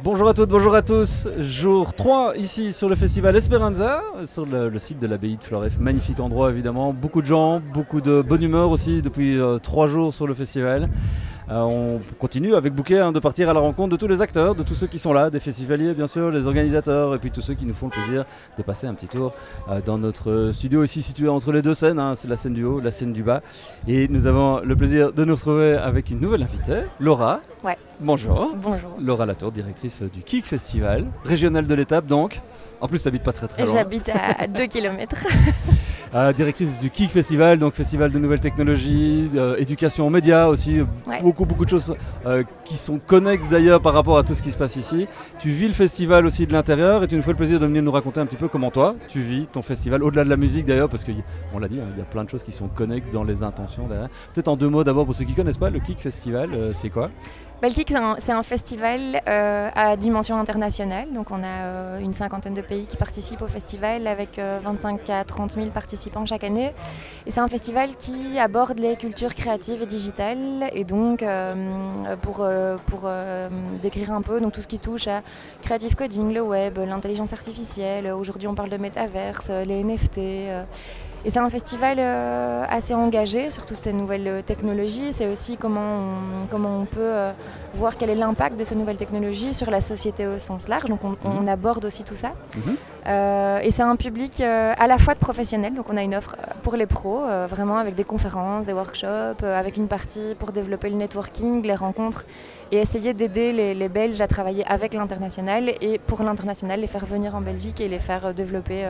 Bonjour à toutes, bonjour à tous. Jour 3 ici sur le festival Esperanza, sur le site de l'abbaye de Floref. Magnifique endroit évidemment, beaucoup de gens, beaucoup de bonne humeur aussi depuis 3 jours sur le festival. On continue avec Bouquet de partir à la rencontre de tous les acteurs, de tous ceux qui sont là, des festivaliers bien sûr, les organisateurs et puis tous ceux qui nous font le plaisir de passer un petit tour dans notre studio ici situé entre les deux scènes, c'est la scène du haut, la scène du bas. Et nous avons le plaisir de nous retrouver avec une nouvelle invitée, Laura. Ouais. Bonjour. Bonjour. Laura Latour, directrice du KIC Festival, régional de l'étape donc. En plus, tu n'habites pas très loin. J'habite à 2 km. Directrice du KIC Festival, donc festival de nouvelles technologies, éducation aux médias aussi, ouais. beaucoup de choses qui sont connexes d'ailleurs par rapport à tout ce qui se passe ici. Tu vis le festival aussi de l'intérieur et tu nous fais le plaisir de venir nous raconter un petit peu comment toi tu vis ton festival, au-delà de la musique d'ailleurs, parce qu'on l'a dit, il y a plein de choses qui sont connexes dans les intentions derrière. Peut-être en 2 mots d'abord pour ceux qui ne connaissent pas, le KIC Festival, c'est quoi ? Le KIC, c'est un festival à dimension internationale. Donc on a une 50aine de pays qui participent au festival avec 25 à 30 000 participants chaque année. Et c'est un festival qui aborde les cultures créatives et digitales. Et donc pour décrire un peu donc, tout ce qui touche à creative coding, le web, l'intelligence artificielle. Aujourd'hui on parle de métaverse, les NFT. Et c'est un festival assez engagé sur toutes ces nouvelles technologies. C'est aussi comment on peut voir quel est l'impact de ces nouvelles technologies sur la société au sens large. Donc on aborde aussi tout ça. Et c'est un public à la fois de professionnels. Donc on a une offre pour les pros, vraiment avec des conférences, des workshops, avec une partie pour développer le networking, les rencontres et essayer d'aider les Belges à travailler avec l'international et pour l'international les faire venir en Belgique et les faire développer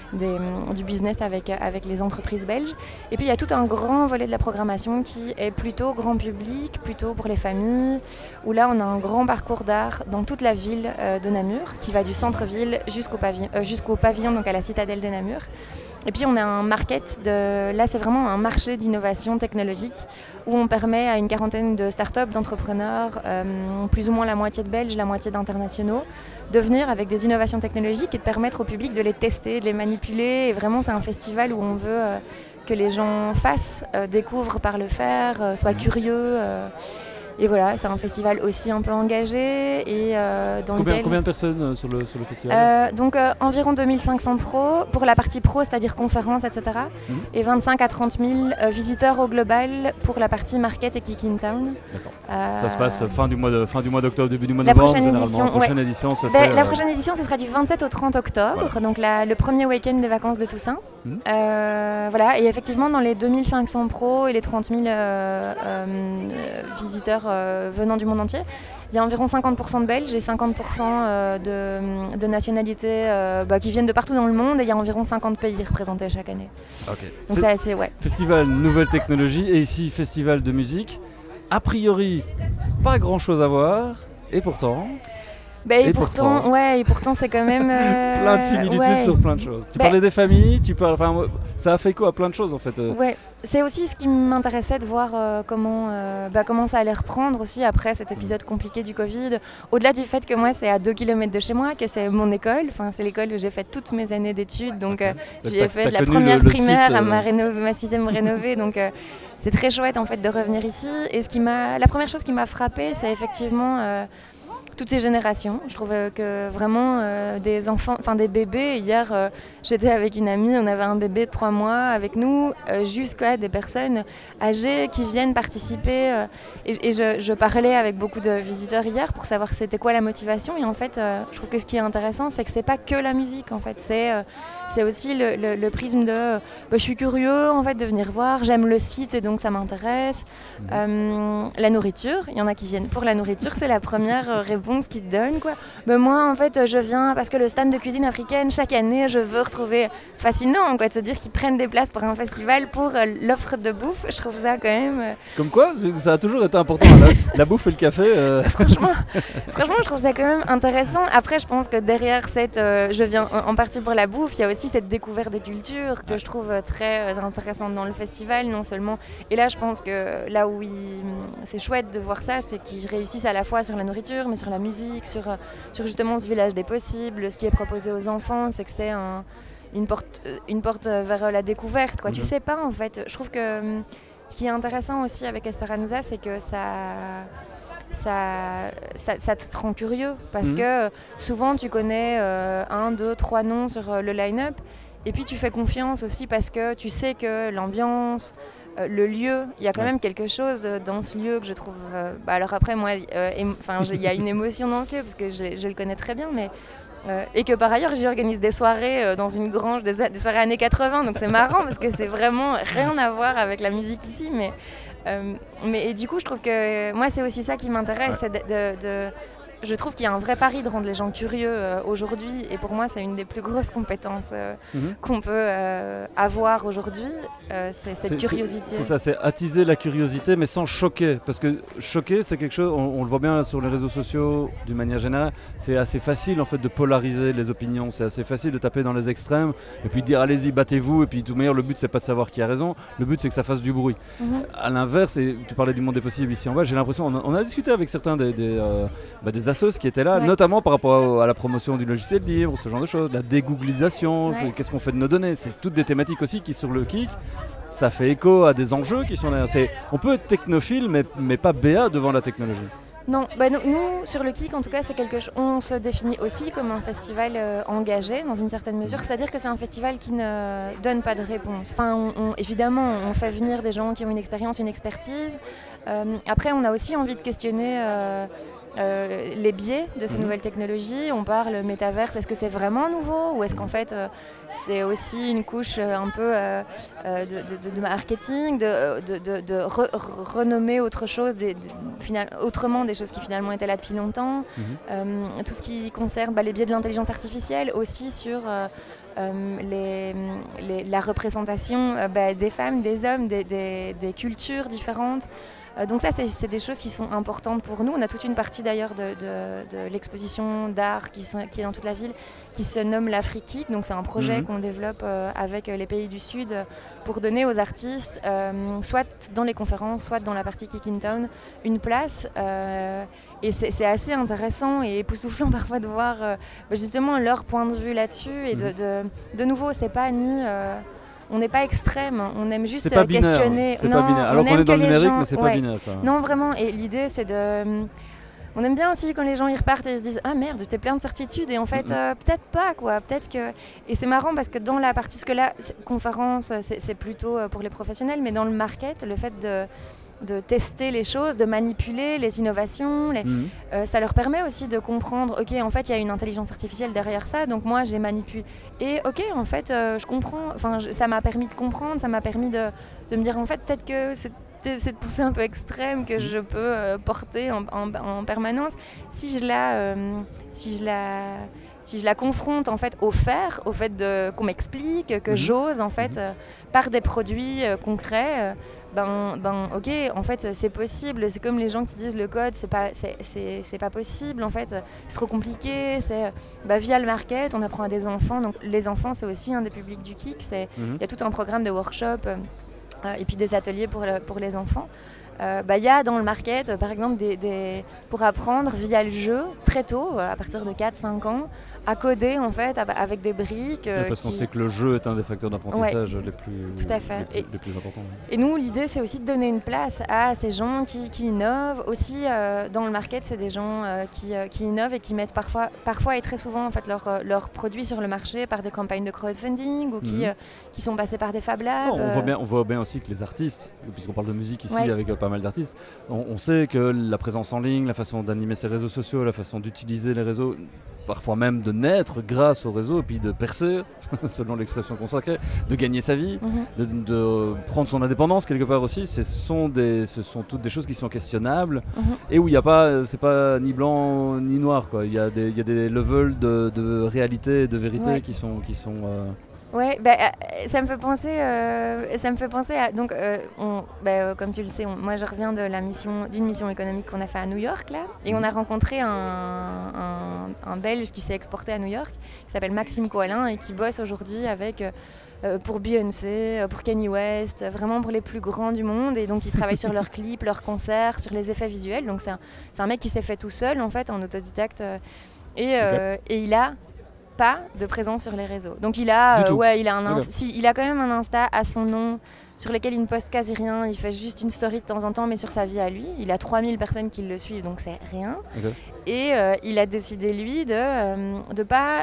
du business avec les entreprises belges. Et puis il y a tout un grand volet de la programmation qui est plutôt grand public, plutôt pour les familles, où là on a un grand parcours d'art dans toute la ville de Namur, qui va du centre-ville jusqu'au pavillon, donc à la citadelle de Namur. Et puis on a un market, là c'est vraiment un marché d'innovation technologique où on permet à une 40aine de start-up, d'entrepreneurs, plus ou moins la moitié de Belges, la moitié d'internationaux, de venir avec des innovations technologiques et de permettre au public de les tester, de les manipuler. Et vraiment c'est un festival où on veut que les gens fassent, découvrent par le faire, soient curieux. Et voilà, c'est un festival aussi un peu engagé. Et combien de personnes sur le festival environ 2500 pros pour la partie pro, c'est-à-dire conférences, etc. Et 25 à 30 000 visiteurs au global pour la partie market et Kick in Town. D'accord. Ça se passe fin du mois d'octobre, début du mois de novembre, généralement. La prochaine édition se fait... La prochaine édition, ce sera du 27 au 30 octobre, voilà. Donc le premier week-end des vacances de Toussaint. Voilà. Et effectivement, dans les 2500 pros et les 30 000 visiteurs venant du monde entier, il y a environ 50% de Belges et 50% de nationalités qui viennent de partout dans le monde, et il y a environ 50 pays représentés chaque année. Okay. Donc c'est assez, ouais. Festival Nouvelle Technologie et ici Festival de musique. A priori, pas grand-chose à voir, et pourtant... Et pourtant c'est quand même... plein de similitudes sur plein de choses. Tu parlais des familles, ça a fait quoi à plein de choses en fait. Ouais, c'est aussi ce qui m'intéressait de voir comment ça allait reprendre aussi après cet épisode compliqué du Covid. Au-delà du fait que moi c'est à 2 km de chez moi, que c'est mon école, c'est l'école où j'ai fait toutes mes années d'études, donc j'ai fait de la première primaire à ma 6e rénovée, donc... c'est très chouette en fait de revenir ici. Et la première chose qui m'a frappée, c'est effectivement toutes ces générations. Je trouve que vraiment des enfants, des bébés. Hier, j'étais avec une amie, on avait un bébé de 3 mois avec nous, jusqu'à des personnes âgées qui viennent participer. Et je parlais avec beaucoup de visiteurs hier pour savoir c'était quoi la motivation. Et en fait, je trouve que ce qui est intéressant, c'est que c'est pas que la musique. En fait, c'est aussi le prisme de je suis curieux en fait de venir voir, j'aime le site et donc ça m'intéresse. La nourriture, il y en a qui viennent pour la nourriture, c'est la première réponse qu'ils te donnent, quoi. Moi en fait je viens parce que le stand de cuisine africaine chaque année je veux retrouver. Fascinant quoi, de se dire qu'ils prennent des places pour un festival pour l'offre de bouffe. Je trouve ça quand même comme quoi ça a toujours été important la bouffe et le café. Franchement je trouve ça quand même intéressant. Après je pense que derrière je viens en partie pour la bouffe, il y a aussi cette découverte des cultures que je trouve très intéressante dans le festival, non seulement. Et là je pense que là où c'est chouette de voir ça, c'est qu'ils réussissent à la fois sur la nourriture mais sur la musique, sur justement ce village des possibles. Ce qui est proposé aux enfants, c'est que c'est une porte vers la découverte, quoi. Tu sais pas en fait. Je trouve que ce qui est intéressant aussi avec Esperanza, c'est que ça te rend curieux parce que souvent tu connais 1, 2, 3 noms sur le line-up et puis tu fais confiance aussi parce que tu sais que l'ambiance, le lieu, il y a quand même quelque chose dans ce lieu que je trouve... alors après, moi, il y a une émotion dans ce lieu parce que je le connais très bien, mais... et que par ailleurs, j'y organise des soirées dans une grange, des soirées années 80, donc c'est marrant parce que c'est vraiment rien à voir avec la musique ici, mais et du coup, je trouve que moi, c'est aussi ça qui m'intéresse, c'est je trouve qu'il y a un vrai pari de rendre les gens curieux aujourd'hui, et pour moi, c'est une des plus grosses compétences qu'on peut avoir aujourd'hui, c'est cette curiosité. C'est ça, c'est attiser la curiosité, mais sans choquer, parce que choquer, c'est quelque chose, on le voit bien sur les réseaux sociaux, d'une manière générale, c'est assez facile en fait de polariser les opinions, c'est assez facile de taper dans les extrêmes, et puis de dire allez-y, battez-vous, et puis tout meilleur, le but c'est pas de savoir qui a raison, le but c'est que ça fasse du bruit. À l'inverse, et tu parlais du monde des possibles ici en bas, j'ai l'impression, on a discuté avec certains des assos qui étaient là, notamment par rapport à la promotion du logiciel libre, ce genre de choses, la dégooglisation, qu'est-ce qu'on fait de nos données, c'est toutes des thématiques aussi qui sur le Kik, ça fait écho à des enjeux qui sont derrière. On peut être technophile mais pas béat devant la technologie. Non, nous, sur le Kik, en tout cas, c'est quelque chose. On se définit aussi comme un festival engagé, dans une certaine mesure. C'est-à-dire que c'est un festival qui ne donne pas de réponse. Enfin, évidemment, on fait venir des gens qui ont une expérience, une expertise. Après, on a aussi envie de questionner les biais de ces nouvelles technologies. On parle métaverse, est-ce que c'est vraiment nouveau ou est-ce qu'en fait c'est aussi une couche un peu de marketing, de renommer autre chose, autrement des choses qui finalement étaient là depuis longtemps. Tout ce qui concerne les biais de l'intelligence artificielle aussi sur la représentation des femmes, des hommes, des cultures différentes. Donc ça, c'est des choses qui sont importantes pour nous. On a toute une partie d'ailleurs de l'exposition d'art qui est dans toute la ville, qui se nomme l'Afrikik. Donc c'est un projet qu'on développe avec les pays du Sud pour donner aux artistes, soit dans les conférences, soit dans la partie Kik in Town, une place. Et c'est assez intéressant et époustouflant parfois de voir justement leur point de vue là-dessus. Et de nouveau, c'est pas ni... on n'est pas extrême, on aime juste questionner. C'est pas binaire. Alors qu'on est dans le numérique, mais c'est pas binaire. Non, vraiment. Et l'idée, c'est de... On aime bien aussi quand les gens y repartent et ils se disent « Ah merde, j'étais plein de certitudes » et en fait, peut-être pas, quoi. Peut-être que... Et c'est marrant parce que dans la partie scolaire, conférence, c'est plutôt pour les professionnels, mais dans le market, le fait de tester les choses, de manipuler les innovations, ça leur permet aussi de comprendre, ok, en fait, il y a une intelligence artificielle derrière ça, donc moi, j'ai manipulé. Et ok, en fait, je comprends, ça m'a permis de comprendre, ça m'a permis de me dire, en fait, peut-être que cette poussée un peu extrême que je peux porter en permanence, si je la confronte en fait au fait qu'on m'explique, que j'ose en fait par des produits concrets, ok, en fait c'est possible. C'est comme les gens qui disent le code c'est pas possible, en fait c'est trop compliqué. C'est via le market on apprend à des enfants, donc les enfants c'est aussi un des publics du Kik. Il y a tout un programme de workshop et puis des ateliers pour les enfants. Y a dans le market, par exemple, pour apprendre via le jeu, très tôt, à partir de 4-5 ans, à coder en fait, avec des briques. Parce qu'on sait que le jeu est un des facteurs d'apprentissage les plus importants. Et nous, l'idée, c'est aussi de donner une place à ces gens qui innovent. Aussi, dans le market, c'est des gens qui innovent et qui mettent parfois et très souvent en fait, leurs produits sur le marché par des campagnes de crowdfunding ou qui sont passés par des Fab Labs. On voit bien aussi que les artistes, puisqu'on parle de musique ici avec pas mal d'artistes, on sait que la présence en ligne, la façon d'animer ses réseaux sociaux, la façon d'utiliser les réseaux, parfois même de naître grâce au réseau et puis de percer, selon l'expression consacrée, de gagner sa vie, de prendre son indépendance quelque part aussi, ce sont toutes des choses qui sont questionnables et où il n'y a pas, c'est pas ni blanc ni noir, quoi. Il y a des levels de réalité et de vérité qui sont Ouais, ça me fait penser à donc comme tu le sais, moi je reviens d'une mission économique qu'on a fait à New York là, et on a rencontré un Belge qui s'est exporté à New York, qui s'appelle Maxime Coalin et qui bosse aujourd'hui avec pour Beyoncé, pour Kanye West, vraiment pour les plus grands du monde, et donc il travaille sur leurs clips, leurs concerts, sur les effets visuels. Donc c'est un mec qui s'est fait tout seul en fait en autodidacte et il a pas de présence sur les réseaux. Donc il a, il a quand même un Insta à son nom, sur lequel il ne poste quasi rien. Il fait juste une story de temps en temps, mais sur sa vie à lui. Il a 3000 personnes qui le suivent, donc c'est rien. Okay. Et il a décidé, lui, de pas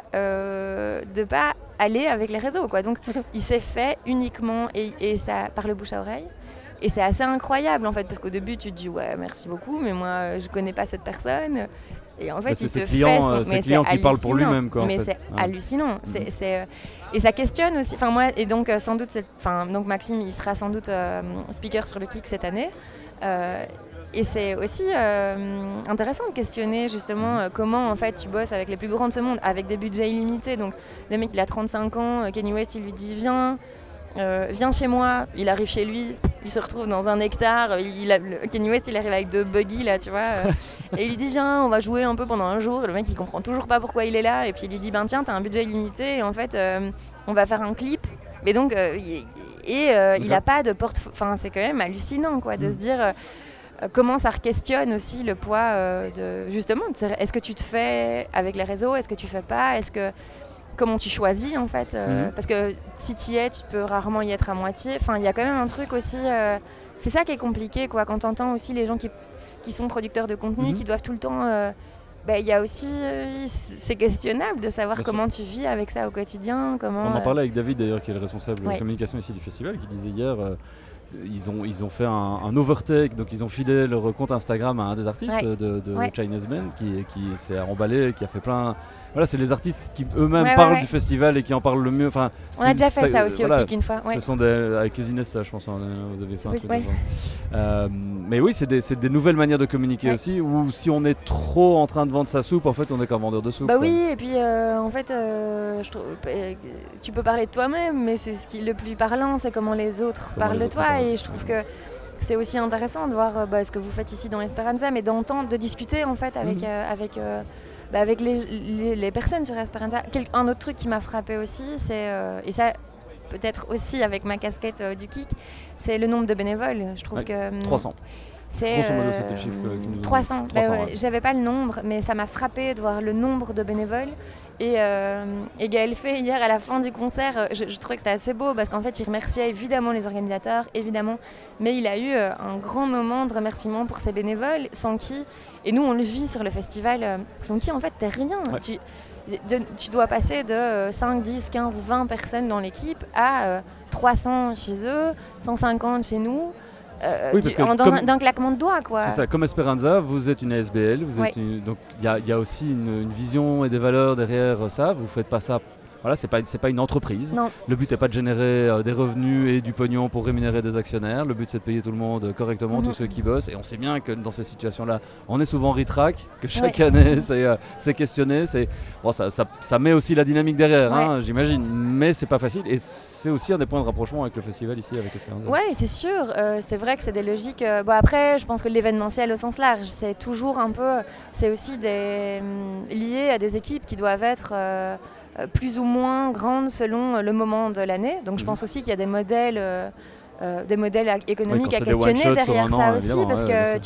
aller avec les réseaux, quoi. Donc il s'est fait uniquement, et ça, par le bouche à oreille. Et c'est assez incroyable, en fait, parce qu'au début, tu te dis, ouais, merci beaucoup, mais moi, je connais pas cette personne. Et en fait, il te fait son... C'est le client qui parle pour lui-même, quoi. Mais c'est hallucinant. Et ça questionne aussi. Enfin, moi, et donc, sans doute, donc Maxime, il sera sans doute speaker sur le Kick cette année. Et c'est aussi intéressant de questionner, justement, comment, en fait, tu bosses avec les plus grands de ce monde, avec des budgets illimités. Donc, le mec, il a 35 ans, Kanye West, il lui dit, viens chez moi, il arrive chez lui, il se retrouve dans un hectare, Kanye West il arrive avec 2 buggy là, tu vois, et il lui dit viens, on va jouer un peu pendant un jour, et le mec il comprend toujours pas pourquoi il est là, et puis il lui dit ben tiens, t'as un budget illimité, et en fait on va faire un clip, et donc il a pas de enfin c'est quand même hallucinant quoi, de se dire comment ça re-questionne aussi le poids justement, est-ce que tu te fais avec les réseaux, est-ce que tu fais pas, comment tu choisis en fait, parce que si tu y es, tu peux rarement y être à moitié. Enfin, il y a quand même un truc aussi, c'est ça qui est compliqué quoi, quand tu entends aussi les gens qui sont producteurs de contenu, qui doivent tout le temps, il y a aussi, c'est questionnable de savoir comment tu vis avec ça au quotidien. On en parlait avec David d'ailleurs, qui est le responsable de communication ici du festival, qui disait hier... Ils ont fait un overtake, donc ils ont filé leur compte Instagram à un des artistes de Chinese Men qui s'est emballé, qui a fait plein... Voilà, c'est les artistes qui eux-mêmes parlent du festival et qui en parlent le mieux. Enfin, on a déjà fait ça aussi au Kick une fois. Ce sont avec les Inesta, je pense, vous avez fait un truc. Mais oui, c'est des nouvelles manières de communiquer aussi, où si on est trop en train de vendre sa soupe, en fait, on est qu'un vendeur de soupe. Oui, et puis en fait, je trouve, tu peux parler de toi-même, mais c'est ce qui est le plus parlant, c'est comment les autres parlent de toi. Et je trouve que c'est aussi intéressant de voir ce que vous faites ici dans Esperanza, mais d'entendre, de discuter en fait avec les personnes sur Esperanza. Un autre truc qui m'a frappé aussi, c'est, et ça peut-être aussi avec ma casquette du Kick, c'est le nombre de bénévoles. Je trouve que 300. Grosso modo, c'était le chiffre que nous 300. 300 J'avais pas le nombre, mais ça m'a frappé de voir le nombre de bénévoles. Et Gaël Fay, hier à la fin du concert, je trouvais que c'était assez beau parce qu'en fait il remerciait évidemment les organisateurs, évidemment, mais il a eu un grand moment de remerciement pour ses bénévoles, sans qui, et nous on le vit sur le festival, sans qui en fait t'es rien. Tu dois passer de 5, 10, 15, 20 personnes dans l'équipe à 300 chez eux, 150 chez nous. D'un claquement de doigts quoi. C'est ça, comme Esperanza, vous êtes une ASBL, donc il y a aussi une vision et des valeurs derrière ça, vous faites pas ça, voilà, c'est pas une entreprise. Non. Le but n'est pas de générer des revenus et du pognon pour rémunérer des actionnaires, le but c'est de payer tout le monde correctement, tous ceux qui bossent, et on sait bien que dans ces situations-là, on est souvent ritrac, que chaque année c'est questionné, ça met aussi la dynamique derrière, j'imagine, mais c'est pas facile, et c'est aussi un des points de rapprochement avec le festival ici, avec Esperanza. Oui, c'est sûr, c'est vrai que c'est des logiques, après je pense que l'événementiel au sens large, c'est toujours un peu, c'est aussi lié à des équipes qui doivent être... plus ou moins grandes selon le moment de l'année. Donc je pense aussi qu'il y a des modèles économiques à questionner derrière ça aussi, parce que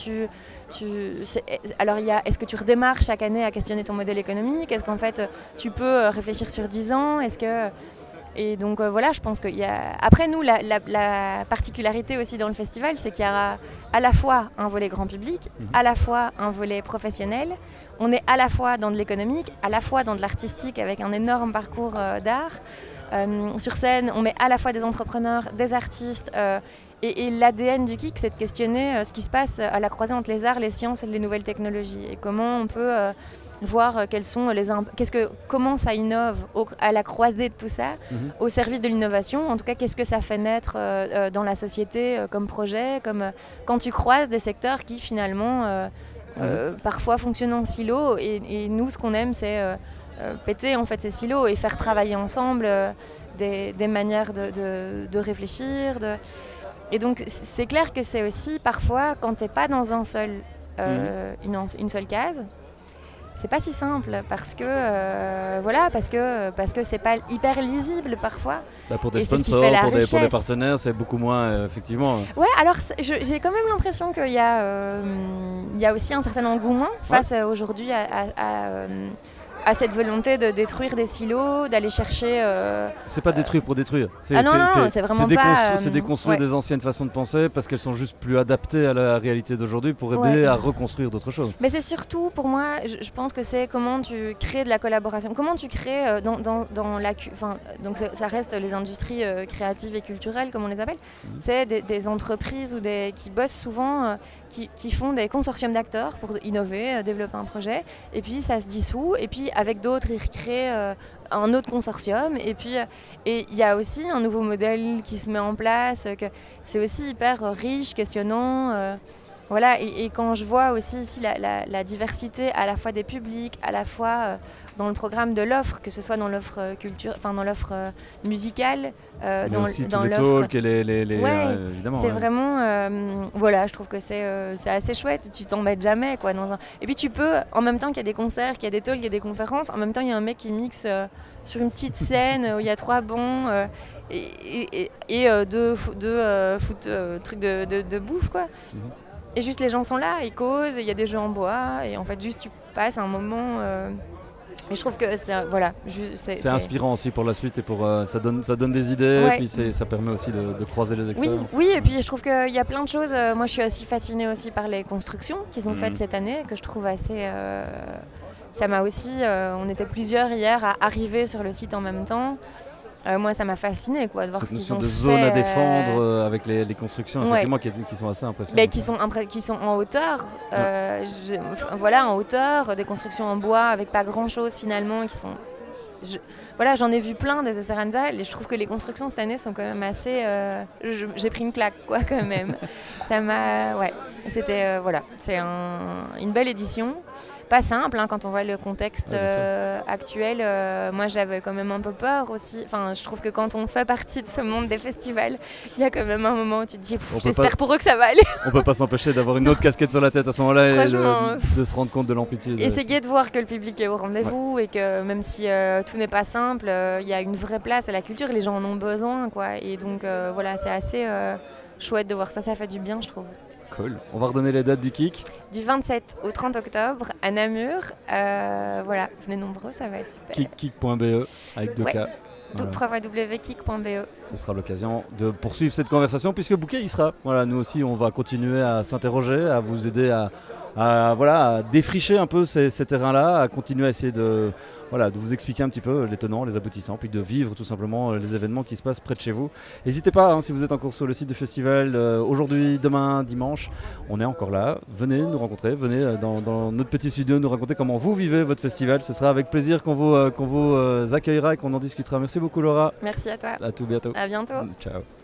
alors est-ce que tu redémarres chaque année à questionner ton modèle économique? Est-ce qu'en fait tu peux réfléchir sur 10 ans? Et donc voilà, je pense qu'il y a... Après nous, la particularité aussi dans le festival, c'est qu'il y a à la fois un volet grand public, à la fois un volet professionnel. On est à la fois dans de l'économique, à la fois dans de l'artistique avec un énorme parcours d'art. Sur scène, on met à la fois des entrepreneurs, des artistes. Et l'ADN du Kick, c'est de questionner ce qui se passe à la croisée entre les arts, les sciences et les nouvelles technologies. Et comment on peut... voir quels sont comment ça innove à la croisée de tout ça, au service de l'innovation. En tout cas, qu'est-ce que ça fait naître dans la société comme projet, quand tu croises des secteurs qui finalement parfois fonctionnent en silo. Et nous, ce qu'on aime, c'est péter en fait ces silos et faire travailler ensemble des manières de réfléchir. Et donc, c'est clair que c'est aussi parfois quand t'es pas dans une seule case. C'est pas si simple parce que parce que c'est pas hyper lisible parfois. Pour des sponsors, pour des partenaires, c'est beaucoup moins effectivement. Ouais, alors j'ai quand même l'impression qu'il y a aussi un certain engouement face aujourd'hui à cette volonté de détruire des silos, d'aller chercher... C'est pas détruire pour détruire. C'est vraiment pas... C'est déconstruire des anciennes façons de penser parce qu'elles sont juste plus adaptées à la réalité d'aujourd'hui pour aider à reconstruire d'autres choses. Mais c'est surtout, pour moi, je pense que c'est comment tu crées de la collaboration, comment tu crées dans la... donc ça reste les industries créatives et culturelles, comme on les appelle. C'est des entreprises qui bossent souvent, qui font des consortiums d'acteurs pour innover, développer un projet, et puis ça se dissout, et puis avec d'autres, ils recréent un autre consortium, et il y a aussi un nouveau modèle qui se met en place, que c'est aussi hyper riche, questionnant, voilà, et quand je vois aussi ici la diversité à la fois des publics, à la fois dans le programme de l'offre, que ce soit dans l'offre dans l'offre musicale, dans l'offre... talks et évidemment. C'est vraiment... voilà, je trouve que c'est assez chouette, tu t'embêtes jamais, quoi. Et puis tu peux, en même temps qu'il y a des concerts, qu'il y a des talks, qu'il y a des conférences, en même temps il y a un mec qui mixe sur une petite scène où il y a 3 bancs et deux trucs de bouffe, quoi. Et juste les gens sont là, ils causent, il y a des jeux en bois, et en fait juste tu passes un moment... Et je trouve que c'est inspirant aussi pour la suite et ça donne des idées, et puis ça permet aussi de croiser les expériences. Oui, et puis je trouve qu'il y a plein de choses. Moi je suis assez fascinée aussi par les constructions qu'ils ont faites cette année, que je trouve assez... ça m'a aussi... on était plusieurs hier à arriver sur le site en même temps. Moi ça m'a fasciné, quoi, de voir ce qu'ils ont fait. Cette notion de zone à défendre avec les constructions effectivement qui sont assez impressionnantes. Mais qui sont en hauteur, voilà, en hauteur, des constructions en bois avec pas grand chose finalement, qui sont... Voilà, j'en ai vu plein des Esperanza, et je trouve que les constructions cette année sont quand même assez... j'ai pris une claque, quoi, quand même. Ça m'a... Ouais, c'était... voilà, c'est une belle édition. Pas simple, hein, quand on voit le contexte actuel. Moi, j'avais quand même un peu peur aussi. Enfin, je trouve que quand on fait partie de ce monde des festivals, il y a quand même un moment où tu te dis, j'espère pour eux que ça va aller. On peut pas s'empêcher d'avoir une autre casquette sur la tête à ce moment-là et de se rendre compte de l'amplitude. Essayer de voir que le public est au rendez-vous et que même si tout n'est pas simple, il y a une vraie place à la culture et les gens en ont besoin, quoi. Et donc, voilà, c'est assez chouette de voir ça. Ça fait du bien, je trouve. Cool. On va redonner les dates du Kick. Du 27 au 30 octobre à Namur. Voilà, venez nombreux, ça va être super. Kick.be avec 2K. www.kick.be. Ce sera l'occasion de poursuivre cette conversation puisque Bouquet y sera. Voilà, nous aussi on va continuer à s'interroger, à vous aider à défricher un peu ces terrains-là, à continuer à essayer de vous expliquer un petit peu les tenants, les aboutissants, puis de vivre tout simplement les événements qui se passent près de chez vous. N'hésitez pas, hein, si vous êtes encore sur le site du festival, aujourd'hui, demain, dimanche, on est encore là. Venez nous rencontrer, venez dans notre petit studio nous raconter comment vous vivez votre festival. Ce sera avec plaisir qu'on vous accueillera et qu'on en discutera. Merci beaucoup Laura. Merci à toi. À tout bientôt. À bientôt. Ciao.